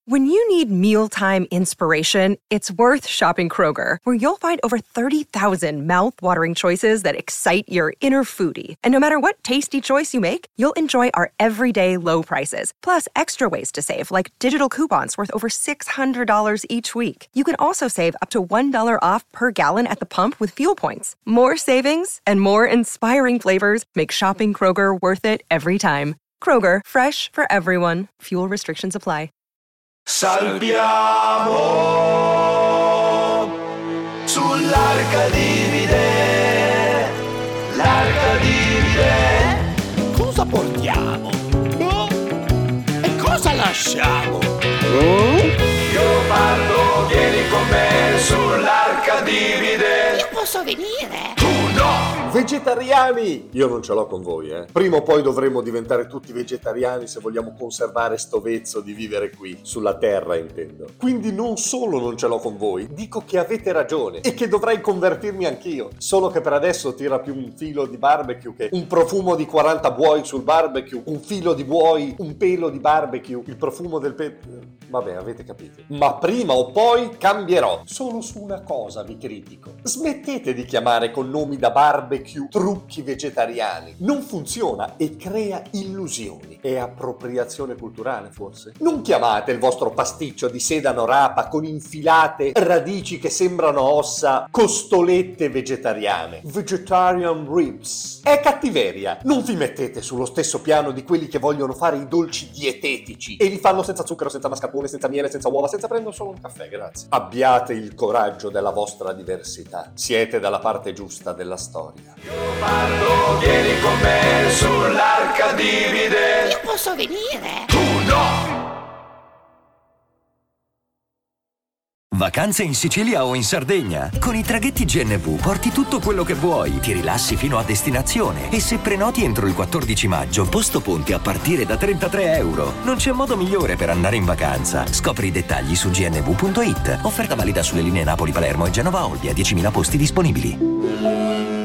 When you need mealtime inspiration, it's worth shopping Kroger, where you'll find over 30,000 mouth-watering choices that excite your inner foodie. And no matter what tasty choice you make, you'll enjoy our everyday low prices, plus extra ways to save, like digital coupons worth over $600 each week. You can also save up to $1 off per gallon at the pump with fuel points. More savings and more inspiring flavors make shopping Kroger worth it every time. Kroger, fresh for everyone. Fuel restrictions apply. Salviamo sull'Arcadivide, l'Arcadivide. Cosa portiamo? Oh? E cosa lasciamo? Leopardo, vieni con me sull'Arcadivide. Io posso venire? Tu no! Vegetariani! Io non ce l'ho con voi, Prima o poi dovremo diventare tutti vegetariani se vogliamo conservare sto vezzo di vivere qui, sulla terra intendo. Quindi non solo non ce l'ho con voi, dico che avete ragione e che dovrei convertirmi anch'io. Solo che per adesso tira più un filo di barbecue che un profumo di 40 buoi sul barbecue, un filo di buoi, un pelo di barbecue, il profumo del Vabbè, avete capito. Ma prima o poi cambierò. Solo su una cosa vi critico. Smettete di chiamare con nomi da barbecue trucchi vegetariani. Non funziona e crea illusioni. È appropriazione culturale, forse? Non chiamate il vostro pasticcio di sedano rapa con infilate radici che sembrano ossa costolette vegetariane. Vegetarian ribs. È cattiveria. Non vi mettete sullo stesso piano di quelli che vogliono fare i dolci dietetici e li fanno senza zucchero, senza mascarpone, senza miele, senza uova, senza prendere solo un caffè, grazie. Abbiate il coraggio della vostra diversità. Siete dalla parte giusta della storia. Leopardo, vieni con me sull'Arcadivide. Io posso venire? Tu no! Vacanze in Sicilia o in Sardegna? Con i traghetti GNV porti tutto quello che vuoi, ti rilassi fino a destinazione e se prenoti entro il 14 maggio, posto ponti a partire da €33. Non c'è modo migliore per andare in vacanza. Scopri i dettagli su gnv.it. Offerta valida sulle linee Napoli-Palermo e Genova-Olbia, 10.000 posti disponibili.